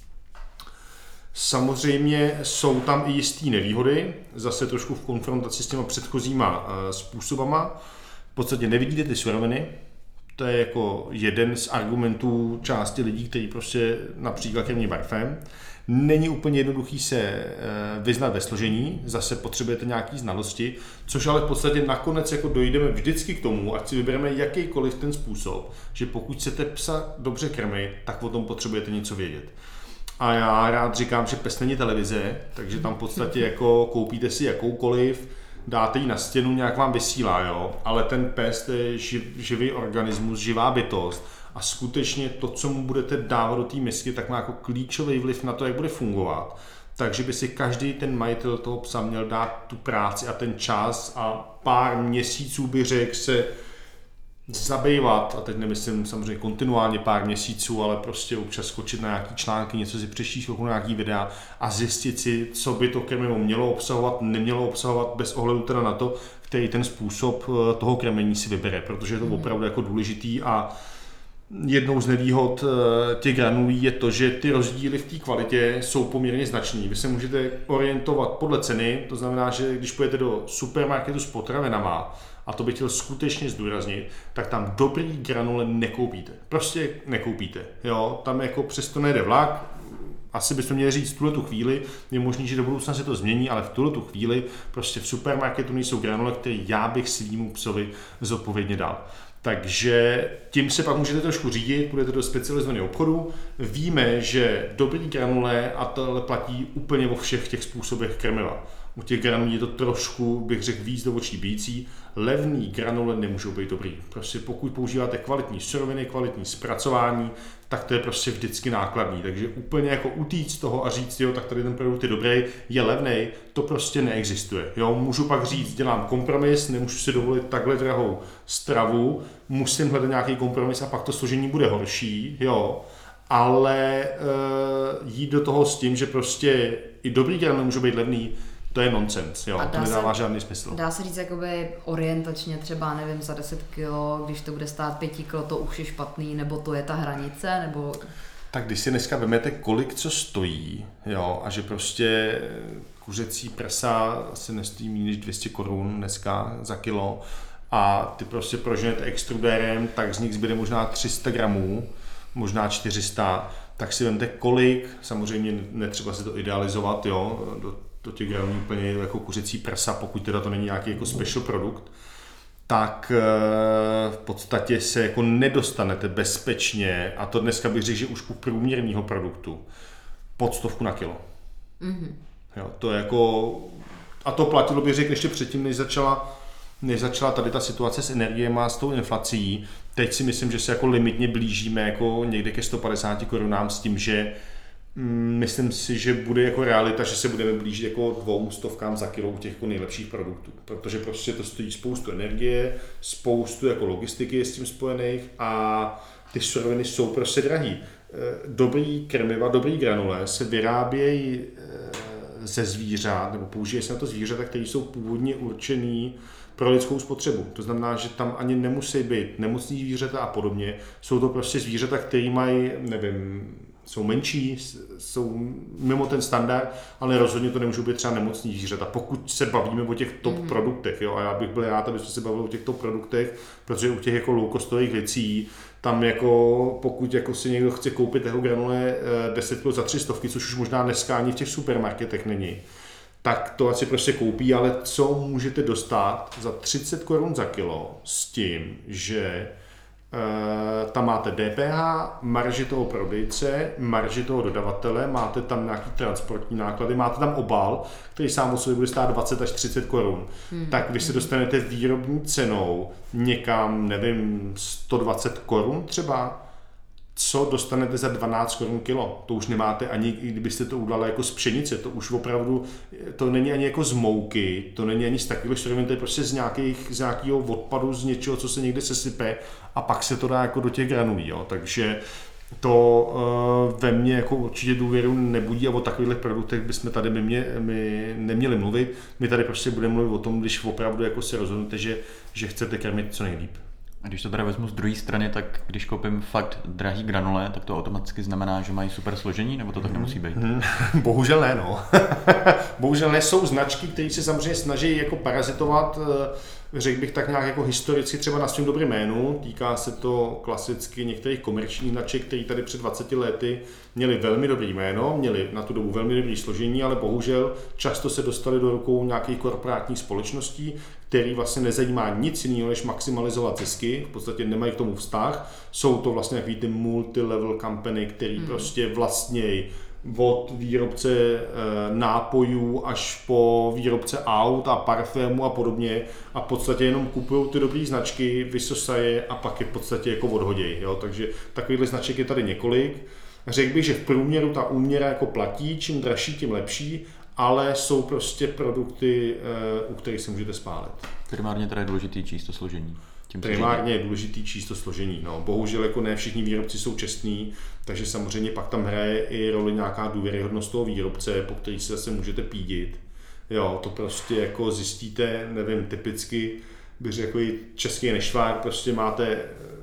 Samozřejmě jsou tam i jistý nevýhody, zase trošku v konfrontaci s těma předchozíma způsobama. V podstatě nevidíte ty suroviny. To je jako jeden z argumentů části lidí, kteří prostě například krmí barfem. Není úplně jednoduchý se vyznat ve složení, zase potřebujete nějaký znalosti, což ale v podstatě nakonec jako dojdeme vždycky k tomu, ať si vybereme jakýkoliv ten způsob, že pokud chcete psa dobře krmit, tak o tom potřebujete něco vědět. A já rád říkám, že pes není televize, takže tam v podstatě jako koupíte si jakoukoliv, dáte ji na stěnu, nějak vám vysílá, jo? Ale ten pes to je živ, živý organismus, živá bytost a skutečně to, co mu budete dávat do té misky, tak má jako klíčový vliv na to, jak bude fungovat. Takže by si každý ten majitel toho psa měl dát tu práci a ten čas a pár měsíců by řekl se zabývat, a teď nemyslím samozřejmě kontinuálně pár měsíců, ale prostě občas skočit na nějaký články, něco si přečíst, na nějaký videa a zjistit si, co by to krmivo mělo obsahovat, nemělo obsahovat, bez ohledu teda na to, který ten způsob toho krmení si vybere, protože je to opravdu jako důležitý. A jednou z nevýhod těch granulí je to, že ty rozdíly v té kvalitě jsou poměrně značný. Vy se můžete orientovat podle ceny, to znamená, že když půjdete do supermarketu s potravinama, a to bych chtěl skutečně zdůraznit, tak tam dobrý granule nekoupíte. Prostě nekoupíte. Jo? Tam jako přesto nejde vlak, asi bychom měli říct v tuhletu chvíli, je možný, že do budoucna se to změní, ale v tuhletu chvíli prostě v supermarketu nejsou granule, které já bych svýmu psovi zodpovědně dal. Takže tím se pak můžete trošku řídit, půjdete do specializovaného obchodu. Víme, že dobrý granule, a tohle platí úplně o všech těch způsobech krmiva. U těch granulí je to trošku, bych řekl, víc do očí bíjící. Levný granule nemůžou být dobrý. Prostě pokud používáte kvalitní suroviny, kvalitní zpracování, tak to je prostě vždycky nákladný. Takže úplně jako utíct z toho a říct, jo, tak tady ten produkt je dobrý, je levnej, to prostě neexistuje. Jo, můžu pak říct, dělám kompromis, nemůžu si dovolit takhle drahou stravu, musím hledat nějaký kompromis a pak to složení bude horší, jo. Ale e, jít do toho s tím, že prostě i dobrý granule můžou být levný, to je nonsens, jo, to nedává se, žádný smysl. Dá se říct jakoby orientačně třeba, nevím, za deset kilo, když to bude stát pět kilo, to už je špatný, nebo to je ta hranice, nebo... Tak když si dneska vemete, kolik co stojí, jo, a že prostě kuřecí prsa asi nestojí méně než dvě stě korun dneska za kilo a ty prostě proženete extrudérem, tak z nich zbyde možná tři sta gramů, možná čtyři sta, tak si vemte kolik, samozřejmě netřeba se to idealizovat, jo, do do těch granulí úplně jako kuřecí prsa, pokud teda to není nějaký jako special produkt, tak v podstatě se jako nedostanete bezpečně, a to dneska bych řekl, že už u průměrného produktu, pod stovku na kilo. Mm-hmm. Jo, to je jako, a to platilo bych řekl ještě předtím, než začala, než začala tady ta situace s energiemi a s tou inflací. Teď si myslím, že se jako limitně blížíme jako někde ke sto padesáti korunám s tím, že myslím si, že bude jako realita, že se budeme blížit jako dvou stovkám za kilo u těch jako nejlepších produktů, protože prostě to stojí spoustu energie, spoustu jako logistiky s tím spojených a ty suroviny jsou prostě drahý. Dobrý krmiva, dobrý granule se vyrábějí ze zvířat, nebo použije se na to zvířata, které jsou původně určený pro lidskou spotřebu. To znamená, že tam ani nemusí být nemocní zvířata a podobně. Jsou to prostě zvířata, které mají, nevím, jsou menší, jsou mimo ten standard, ale rozhodně to nemůžou být třeba nemocní zvířata, pokud se bavíme o těch top mm. produktech. Jo? A já bych byl rád, abychom se bavili o těch top produktech, protože u těch jako low-costových věcí, tam jako, pokud jako si někdo chce koupit jako granule deset kilo za tři stovky, což už možná dneska ani v těch supermarketech není, tak to asi prostě koupí, ale co můžete dostat za třicet korun za kilo s tím, že tam máte D P H, marži toho prodejce, marži toho dodavatele, máte tam nějaký transportní náklady, máte tam obal, který sám o sobě bude stát dvacet až třicet korun. Hmm. Tak vy se dostanete výrobní cenou někam, nevím, sto dvacet korun třeba, co dostanete za dvanáct korun kilo. To už nemáte ani, kdybyste to udělali jako z pšenice, to už opravdu, to není ani jako z mouky, to není ani z takových surovin, to je prostě z, nějakých, z nějakého odpadu, z něčeho, co se někde sesype a pak se to dá jako do těch granulí. Jo. Takže to uh, ve mně jako určitě důvěru nebudí a o takových produktech bychom tady my, mě, my neměli mluvit. My tady prostě budeme mluvit o tom, když opravdu jako se rozhodnete, že, že chcete krmit co nejlíp. A když to teda vezmu z druhé strany, tak když koupím fakt drahý granule, tak to automaticky znamená, že mají super složení, nebo to tak nemusí být? Hmm. Bohužel ne, no. Bohužel ne, jsou značky, které se samozřejmě snaží jako parazitovat, řekl bych tak nějak jako historicky třeba na svým dobrým jménu. Týká se to klasicky některých komerčních značek, které tady před dvaceti lety měli velmi dobrý jméno, měli na tu dobu velmi dobré složení, ale bohužel často se dostali do rukou nějakých korporátních společností, který vlastně nezajímá nic jiného, než maximalizovat zisky, v podstatě nemají k tomu vztah. Jsou to vlastně takový ty multi-level company, který hmm. prostě vlastnějí od výrobce e, nápojů až po výrobce aut a parfému a podobně a v podstatě jenom kupují ty dobré značky, vysosají a pak je v podstatě jako odhodějí. Jo? Takže takovýchhle značek je tady několik. Řekl bych, že v průměru ta úměra jako platí, čím dražší, tím lepší, ale jsou prostě produkty, e, u kterých se můžete spálit. Primárně teda je důležitý číst to složení. Primárně je důležitý číst to složení. No, bohužel jako ne všichni výrobci jsou čestní, takže samozřejmě pak tam hraje i roli nějaká důvěryhodnost toho výrobce, po který se zase můžete pídit. Jo, to prostě jako zjistíte, nevím, typicky bych řekl český nešvár, prostě máte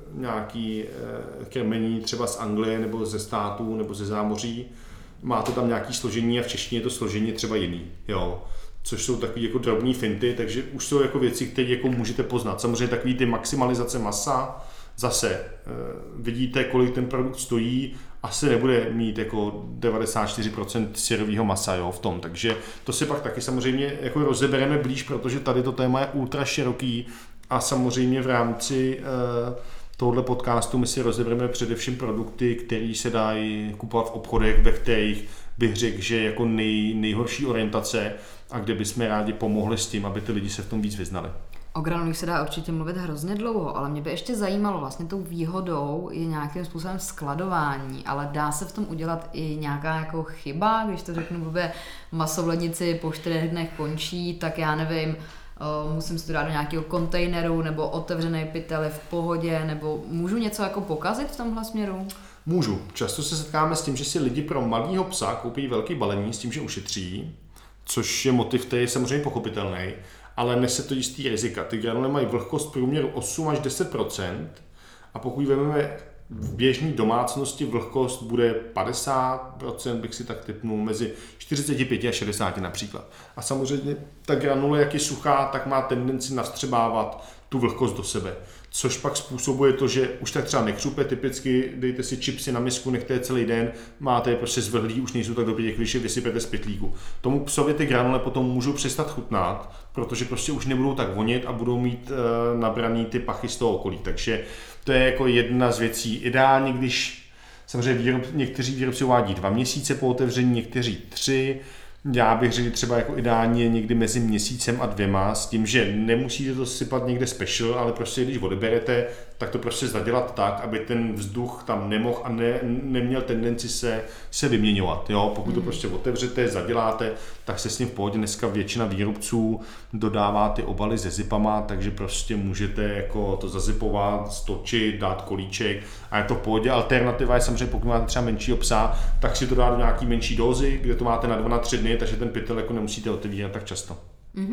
nějaký krmení třeba z Anglie nebo ze států nebo ze zámoří, máte tam nějaký složení a v češtině je to složení třeba jiný. Jo. Což jsou takový jako drobný finty, takže už jsou jako věci, které jako můžete poznat. Samozřejmě takový ty maximalizace masa, zase e, vidíte, kolik ten produkt stojí, asi nebude mít jako devadesát čtyři procent syrového masa, jo, v tom, takže to si pak taky samozřejmě jako rozebereme blíž, protože tady to téma je ultra široký a samozřejmě v rámci e, tohoto podcastu my si rozebereme především produkty, které se dají kupovat v obchodech, ve kterých bych řekl, že jako nej, nejhorší orientace a kde bychom rádi pomohli s tím, aby ty lidi se v tom víc vyznali. O granulích se dá určitě mluvit hrozně dlouho, ale mě by ještě zajímalo, vlastně tou výhodou je nějakým způsobem skladování, ale dá se v tom udělat i nějaká jako chyba, když to řeknu blbě, maso v lednici po čtyřech dnech končí, tak já nevím, musím si to dát do nějakého kontejneru nebo otevřený pytel v pohodě, nebo můžu něco jako pokazit v tomhle směru? Můžu. Často se setkáme s tím, že si lidi pro malýho psa koupí velký balení s tím, že ušetří, což je motiv, který je samozřejmě pochopitelný, ale nese to jistý rizika. Ty granule mají vlhkost průměru osm až deset procent a pokud vezmeme v běžné domácnosti vlhkost bude padesát procent, bych si tak tipnul, mezi čtyřicet pět a šedesát například. A samozřejmě ta granule, jak je suchá, tak má tendenci nastřebávat tu vlhkost do sebe. Což pak způsobuje to, že už tak třeba nekřupe, typicky dejte si čipsy na misku, nechte je celý den, máte je prostě zvlhlí, už nejsou tak dobrý, když je vysypete z pytlíku. Tomu psovi ty granule potom můžou přestat chutnát, protože prostě už nebudou tak vonět a budou mít e, nabraný ty pachy z toho okolí. Takže to je jako jedna z věcí. Ideálně, když samozřejmě výrob, někteří výrobci uvádí dva měsíce po otevření, někteří tři, já bych řekl třeba jako ideálně někdy mezi měsícem a dvěma, s tím, že nemusíte to sypat někde special, ale prostě když odeberete, tak to prostě zadělat tak, aby ten vzduch tam nemohl a ne, neměl tendenci se, se vyměňovat. Jo? Pokud to prostě otevřete, zaděláte, tak se s tím v pohodě. Dneska většina výrobců dodává ty obaly se zipama, takže prostě můžete jako to zazipovat, stočit, dát kolíček a je to v pohodě. Alternativa je samozřejmě, pokud máte třeba menšího psa, tak si to dát do nějaký menší dózy, kde to máte na dva na tři dny, takže ten pytel jako nemusíte otevírat tak často. Mm-hmm.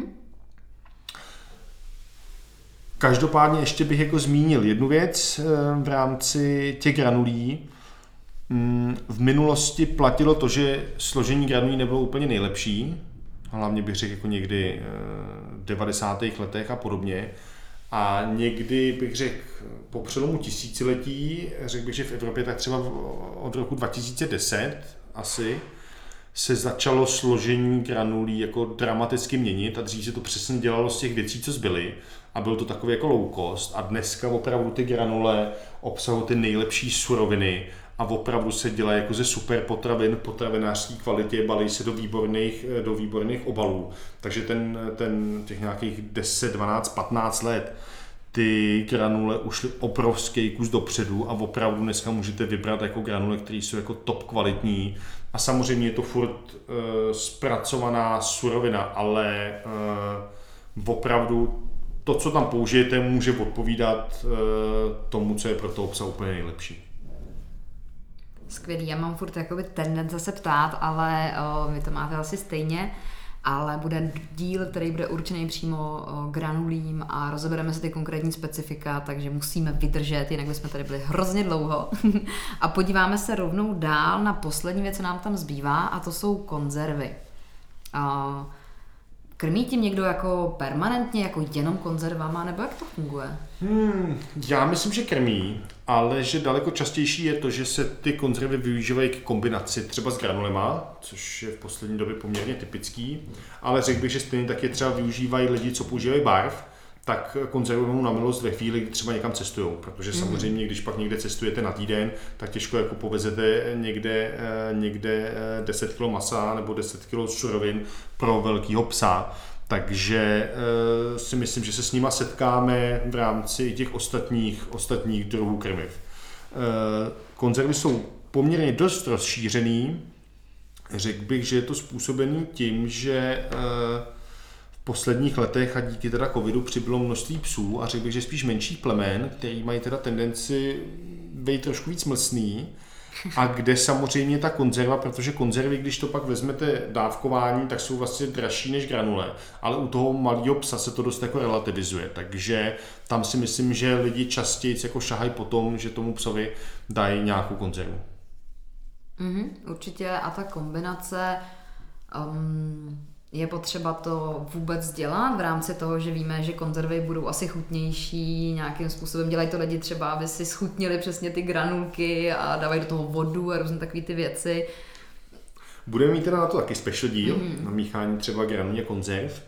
Každopádně ještě bych jako zmínil jednu věc v rámci těch granulí. V minulosti platilo to, že složení granulí nebylo úplně nejlepší, hlavně bych řekl jako někdy v devadesátých letech a podobně. A někdy bych řekl po přelomu tisíciletí, řekl bych, že v Evropě tak třeba od roku dva tisíce deset asi, se začalo složení granulí jako dramaticky měnit a dřív se to přesně dělalo z těch věcí, co zbyly a byl to takový jako low cost a dneska opravdu ty granule obsahují ty nejlepší suroviny a opravdu se dělají jako ze super potravin, potravinářské kvalitě, balí se do výborných, do výborných obalů. Takže ten, ten těch nějakých deset, dvanáct, patnáct let ty granule ušly obrovský kus dopředu a opravdu dneska můžete vybrat jako granule, které jsou jako top kvalitní. A samozřejmě je to furt uh, zpracovaná surovina, ale uh, opravdu to, co tam použijete, může odpovídat uh, tomu, co je pro to obsah úplně nejlepší. Skvělý, já mám furt jakoby tendence se ptát, ale o, vy to máte asi stejně, ale bude díl, který bude určený přímo o, granulím a rozebereme si ty konkrétní specifika, takže musíme vydržet, jinak bychom tady byli hrozně dlouho. A podíváme se rovnou dál na poslední věc, co nám tam zbývá, a to jsou konzervy. O, krmí tím někdo jako permanentně, jako jenom konzervama, nebo jak to funguje? Hmm, já myslím, že krmí, ale že daleko častější je to, že se ty konzervy využívají k kombinaci třeba s granulema, což je v poslední době poměrně typický, ale řekl bych, že stejně taky třeba využívají lidi, co používají barv, tak konzervujou na milost ve chvíli, kdy třeba někam cestují, protože mm. samozřejmě, když pak někde cestujete na týden, tak těžko jako povezete někde, někde deset kilo masa nebo deset kilo surovin pro velkýho psa. Takže e, si myslím, že se s nima setkáme v rámci těch ostatních, ostatních druhů krmiv. E, konzervy jsou poměrně dost rozšířený. Řekl bych, že je to způsobený tím, že e, v posledních letech a díky teda covidu přibylo množství psů a řekl bych, že spíš menších plemen, který mají teda tendenci být trošku víc mlsný, a kde samozřejmě ta konzerva, protože konzervy, když to pak vezmete dávkování, tak jsou vlastně dražší než granule, ale u toho malého psa se to dost jako relativizuje, takže tam si myslím, že lidi častěji jako šahají po tom, že tomu psovi dají nějakou konzervu. Mm-hmm, určitě a ta kombinace, um, je potřeba to vůbec dělat v rámci toho, že víme, že konzervy budou asi chutnější, nějakým způsobem dělají to lidi třeba, aby si schutnili přesně ty granulky a dávají do toho vodu a různé takové ty věci. Budeme mít teda na to taky special díl, mm. na míchání třeba granulí a konzerv.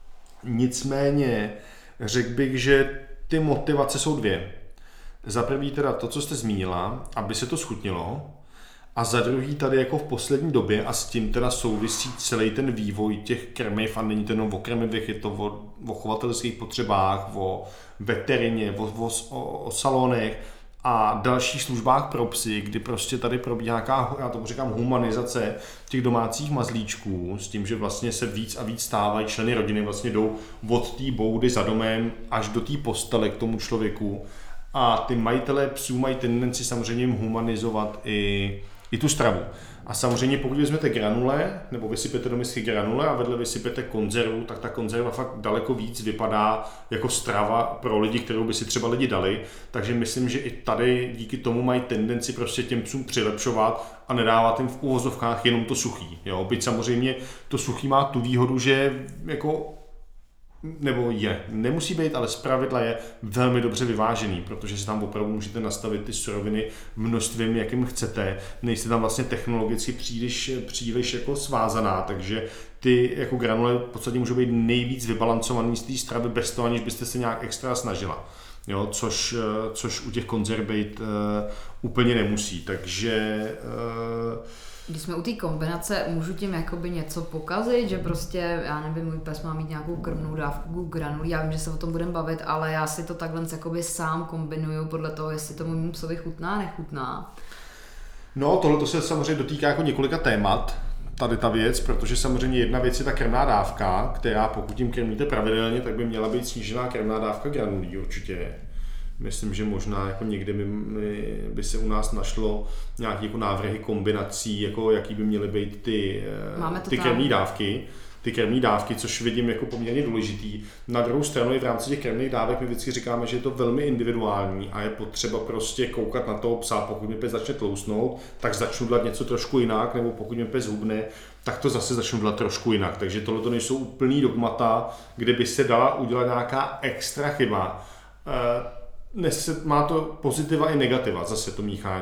Nicméně řekl bych, že ty motivace jsou dvě. Za první teda to, co jste zmínila, aby se to schutnilo, a za druhý tady jako v poslední době a s tím teda souvisí celý ten vývoj těch krmiv a není to jenom o krmivech, je to o, o chovatelských potřebách, o veterině, o, o, o, o salonech a dalších službách pro psy, kdy prostě tady probíhá nějaká, já tomu říkám, humanizace těch domácích mazlíčků s tím, že vlastně se víc a víc stávají členy rodiny, vlastně jdou od té boudy za domem až do té postele k tomu člověku a ty majitelé psů mají tendenci samozřejmě jim humanizovat i i tu stravu. A samozřejmě pokud vezmete granule, nebo vysypete do misky granule a vedle vysypete konzervu, tak ta konzerva fakt daleko víc vypadá jako strava pro lidi, kterou by si třeba lidi dali. Takže myslím, že i tady díky tomu mají tendenci prostě těm psům přilepšovat a nedávat jim v uvozovkách jenom to suchý. Jo? Byť samozřejmě to suchý má tu výhodu, že jako nebo je, nemusí být, ale zpravidla je velmi dobře vyvážený, protože si tam opravdu můžete nastavit ty suroviny množstvím, jakým chcete, nejste tam vlastně technologicky příliš, příliš jako svázaná, takže ty jako granule v podstatě můžou být nejvíc vybalancovaný z té stravy bez toho, aniž byste se nějak extra snažila. Jo, což, což u těch konzerv být uh, úplně nemusí, takže uh, když jsme u té kombinace, můžu tím jakoby něco pokazit, že prostě, já nevím, můj pes má mít nějakou krmnou dávku granulí, já vím, že se o tom budeme bavit, ale já si to takhle jakoby sám kombinuju podle toho, jestli to mému psovi chutná, nechutná. No, tohle to se samozřejmě dotýká jako několika témat, tady ta věc, protože samozřejmě jedna věc je ta krmná dávka, která pokud jim krmíte pravidelně, tak by měla být snížená krmná dávka granulí určitě. Myslím, že možná jako někdy by, by se u nás našlo nějaké jako návrhy kombinací, jako jaký by měly být ty, ty krmní dávky. Ty krmní dávky, což vidím jako poměrně důležitý. Na druhou stranu i v rámci těch krmných dávek my vždycky říkáme, že je to velmi individuální a je potřeba prostě koukat na toho psa. Pokud mi pes začne tlousnout, tak začnu dělat něco trošku jinak, nebo pokud mi pes hubne, tak to zase začnu dělat trošku jinak. Takže tohle to nejsou úplný dogmata, kde by se dala udělat nějaká extra chyba. Dnes má to pozitiva i negativa, zase to míchání.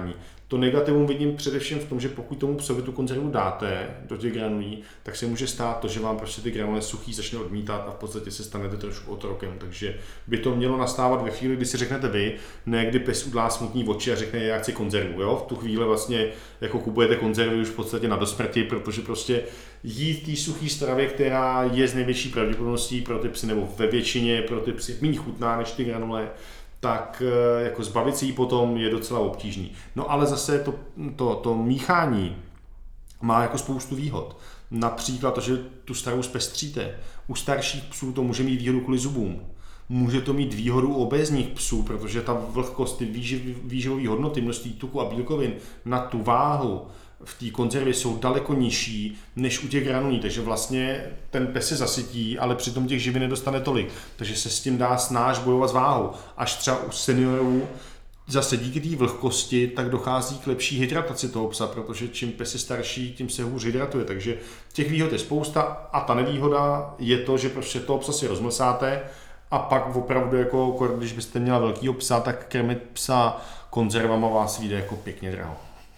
To negativum vidím především v tom, že pokud tomu psovi tu konzervu dáte do těch granulí, tak se může stát to, že vám prostě ty granule suchý začne odmítat a v podstatě se stanete trošku otrokem. Takže by to mělo nastávat ve chvíli, kdy si řeknete vy, ne kdy pes udlá smutný oči a řekne, já chci konzervu. Jo? V tu chvíli vlastně jako kupujete konzervy už v podstatě na dosmrti, protože prostě jít té suché stravě, která je z největší pravděpodobností pro ty psy, nebo ve většině pro ty psy méně chutná než ty granule, tak jako zbavit se jí potom je docela obtížný. No ale zase to, to, to míchání má jako spoustu výhod. Například to, že tu stravu zpestříte. U starších psů to může mít výhodu kvůli zubům. Může to mít výhodu u obézních psů, protože ta vlhkost, ty výživ, výživové hodnoty, množství tuku a bílkovin na tu váhu v té konzervě jsou daleko nižší než u těch granulí, takže vlastně ten pes se zasytí, ale přitom těch živin nedostane tolik, takže se s tím dá snáš bojovat s váhou. Až třeba u seniorů zase díky té vlhkosti tak dochází k lepší hydrataci toho psa, protože čím pes je starší, tím se hůř hydratuje, takže těch výhod je spousta a ta nevýhoda je to, že prostě toho psa si rozmlsáte a pak opravdu jako, když byste měla velkýho psa, tak krmit psa konzervama vás vyjde jako pěkně draho.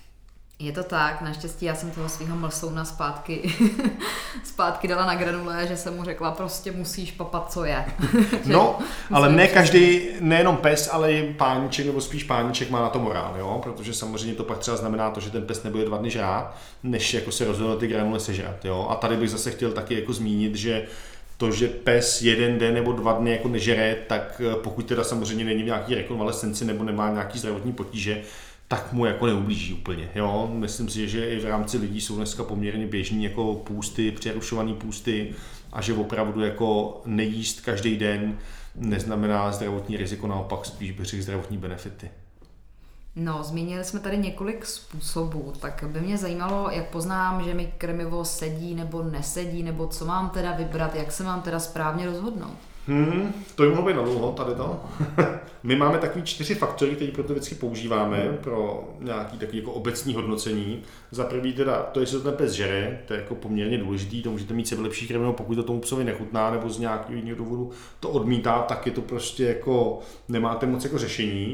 Je to tak, naštěstí já jsem toho svého mlsouna zpátky, zpátky dala na granule, že jsem mu řekla, prostě musíš papat, co je. No, ale ne každý, nejenom pes, ale i páníček, nebo spíš páníček má na to morál, jo? Protože samozřejmě to pak třeba znamená to, že ten pes nebude dva dny žrát, než jako se rozhodne ty granule sežrat, jo? A tady bych zase chtěl taky jako zmínit, že to, že pes jeden den nebo dva dny jako nežere, tak pokud teda samozřejmě není v nějaký rekonvalescenci nebo nemá nějaký zdravotní potíže, tak mu jako neublíží úplně. Jo? Myslím si, že i v rámci lidí jsou dneska poměrně běžní jako půsty, přerušovaný půsty a že opravdu jako nejíst každý den neznamená zdravotní riziko, naopak spíš bych řekl zdravotní benefity. No, zmínili jsme tady několik způsobů, tak by mě zajímalo, jak poznám, že mi krmivo sedí nebo nesedí, nebo co mám teda vybrat, jak se mám teda správně rozhodnout. Hmm, to by mohlo být na dlouho, tady to. My máme takový čtyři faktory, které proto vždycky používáme pro nějaký takový jako obecní hodnocení. Za prvý teda to, jestli to ten pes žere, to je jako poměrně důležitý, to můžete mít sebelepší krmivo, pokud to tomu psovi nechutná nebo z nějakého jiného důvodu to odmítá, tak je to prostě jako nemáte moc jako řešení.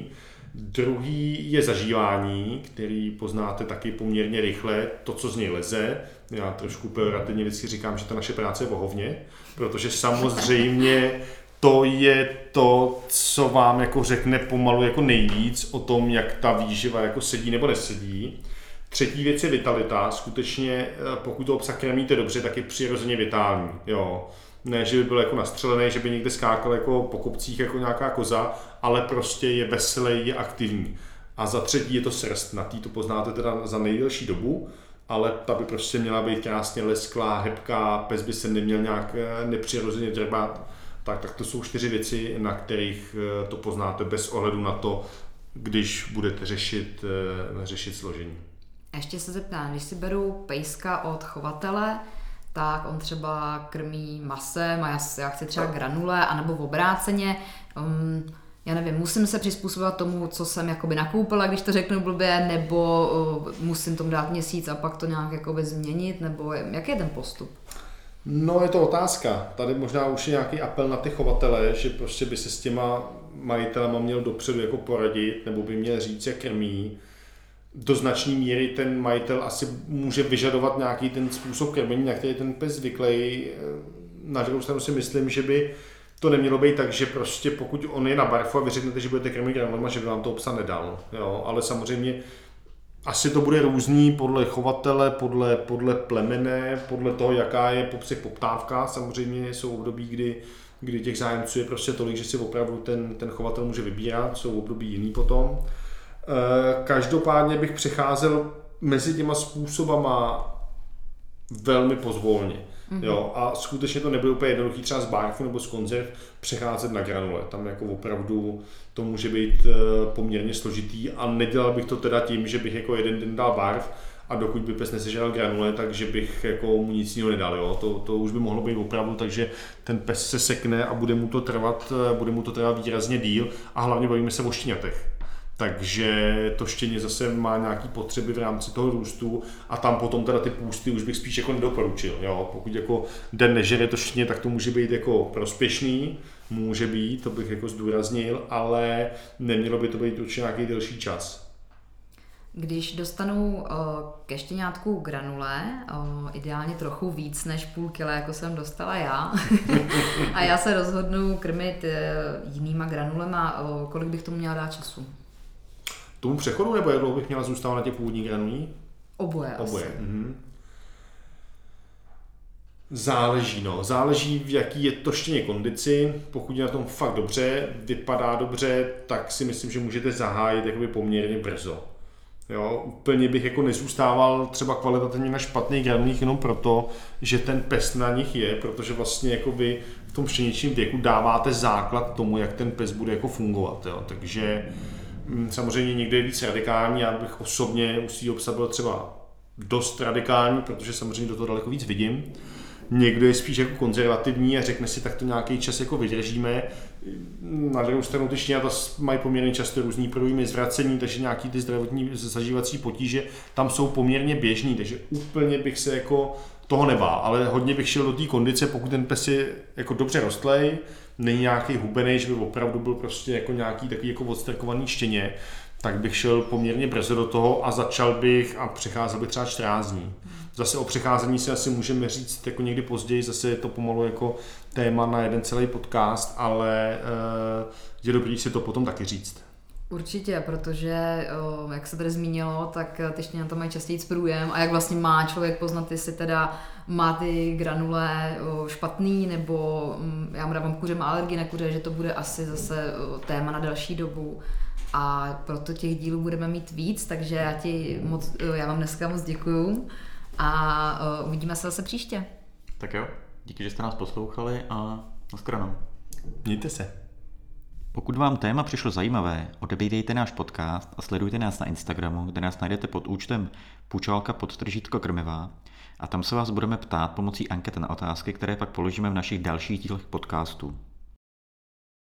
Druhý je zažívání, který poznáte taky poměrně rychle, to, co z něj leze. Já trošku pejorativně vždycky říkám, že ta naše práce je vohovně, protože samozřejmě to je to, co vám jako řekne pomalu jako nejvíc o tom, jak ta výživa jako sedí nebo nesedí. Třetí věc je vitalita. Skutečně, pokud toho psa krmíte dobře, tak je přirozeně vitální. Jo. Ne, že by byl jako nastřelený, že by někde skákal jako po kopcích jako nějaká koza, ale prostě je veselý, je aktivní. A za třetí je to srst. Na tý to poznáte teda za nejdelší dobu, ale ta by prostě měla být krásně lesklá, hebká, pes by se neměl nějak nepřirozeně drbat. Tak, tak to jsou čtyři věci, na kterých to poznáte bez ohledu na to, když budete řešit, řešit složení. Ještě se zeptám, když si beru pejska od chovatele, tak on třeba krmí masem a já, já chci třeba granule, anebo v obráceně. Um, já nevím, musím se přizpůsobovat tomu, co jsem jakoby nakoupila, když to řeknu blbě, nebo uh, musím tomu dát měsíc a pak to nějak jakoby změnit, nebo jaký je ten postup? No, je to otázka. Tady možná už je nějaký apel na ty chovatele, že prostě by se s těma majitelema měl dopředu jako poradit, nebo by měl říct, jak krmí. Do značné míry ten majitel asi může vyžadovat nějaký ten způsob krmení, na který ten pes zvyklý. Na druhou stranu si myslím, že by to nemělo být tak, že prostě pokud on je na barfu a vy řeknete, že budete krmit granulama, že by vám toho psa nedal. Jo? Ale samozřejmě asi to bude různý podle chovatele, podle, podle plemene, podle toho, jaká je po psech poptávka. Samozřejmě jsou období, kdy, kdy těch zájemců je prostě tolik, že si opravdu ten, ten chovatel může vybírat, jsou období jiný potom. Každopádně bych přecházel mezi těma způsobama velmi pozvolně. Mm-hmm. Jo? A skutečně to nebude úplně jednoduchý třeba z barfu nebo z konzerv přecházet na granule. Tam jako opravdu to může být poměrně složitý a nedělal bych to teda tím, že bych jako jeden den dal barv a dokud by pes nesežral granule, takže bych jako mu nic jiného nedal. Jo? To, to už by mohlo být opravdu, takže ten pes se sekne a bude mu to trvat, bude mu to trvat výrazně díl a hlavně bavíme se o štěňatech. Takže to štěně zase má nějaké potřeby v rámci toho růstu a tam potom teda ty půsty už bych spíš jako nedoporučil. Jo? Pokud jako den nežere to štěně, tak to může být jako prospěšný, může být, to bych jako zdůraznil, ale nemělo by to být určitě nějaký delší čas. Když dostanu uh, ke štěňátku granule, uh, ideálně trochu víc než půl kila, jako jsem dostala já, a já se rozhodnu krmit uh, jinýma granulema, uh, kolik bych tomu měla dát času? Tomu přechodu, nebo jak dlouho bych měla zůstávat na těch původních granulí? Oboje, Oboje. asi. Mhm. Záleží, no. Záleží, v jaký je to štěně kondici. Pokud je na tom fakt dobře, vypadá dobře, tak si myslím, že můžete zahájit jakoby poměrně brzo. Jo, úplně bych jako nezůstával třeba kvalitativně na špatných granulích jenom proto, že ten pes na nich je, protože vlastně jako vy v tom pšeničním věku dáváte základ tomu, jak ten pes bude jako fungovat. Jo. Takže samozřejmě někde je víc radikální, já bych osobně u svýho psa byl třeba dost radikální, protože samozřejmě do toho daleko víc vidím. Někdo je spíš jako konzervativní a řekne si, tak to nějaký čas jako vydržíme. Na druhou stranu ty štěňata mají poměrně často různý průjmy zvracení, takže nějaký ty zdravotní zažívací potíže tam jsou poměrně běžný, takže úplně bych se jako toho nebál, ale hodně bych šel do té kondice, pokud ten pes je jako dobře rostlej, není nějaký hubený, že by opravdu byl prostě jako nějaký takový jako odstrkovaný štěně, tak bych šel poměrně brzo do toho a začal bych a přecházel bych třeba čtrnáct dní. Zase o přecházení si asi můžeme říct jako někdy později, zase je to pomalu jako téma na jeden celý podcast, ale je dobrý si to potom taky říct. Určitě, protože, jak se tady zmínilo, tak ty štěňata mají častěji průjem a jak vlastně má člověk poznat, jestli teda má ty granule špatný, nebo já mám kuře, má alergii na kuře, že to bude asi zase téma na další dobu. A proto těch dílů budeme mít víc, takže já ti moc, já vám dneska moc děkuju a uvidíme se zase příště. Tak jo, díky, že jste nás poslouchali a nashledanou. Mějte se. Pokud vám téma přišlo zajímavé, odebírejte náš podcast a sledujte nás na Instagramu, kde nás najdete pod účtem Pučálka podtržítko krmiva a tam se vás budeme ptát pomocí ankety na otázky, které pak položíme v našich dalších dílech podcastů.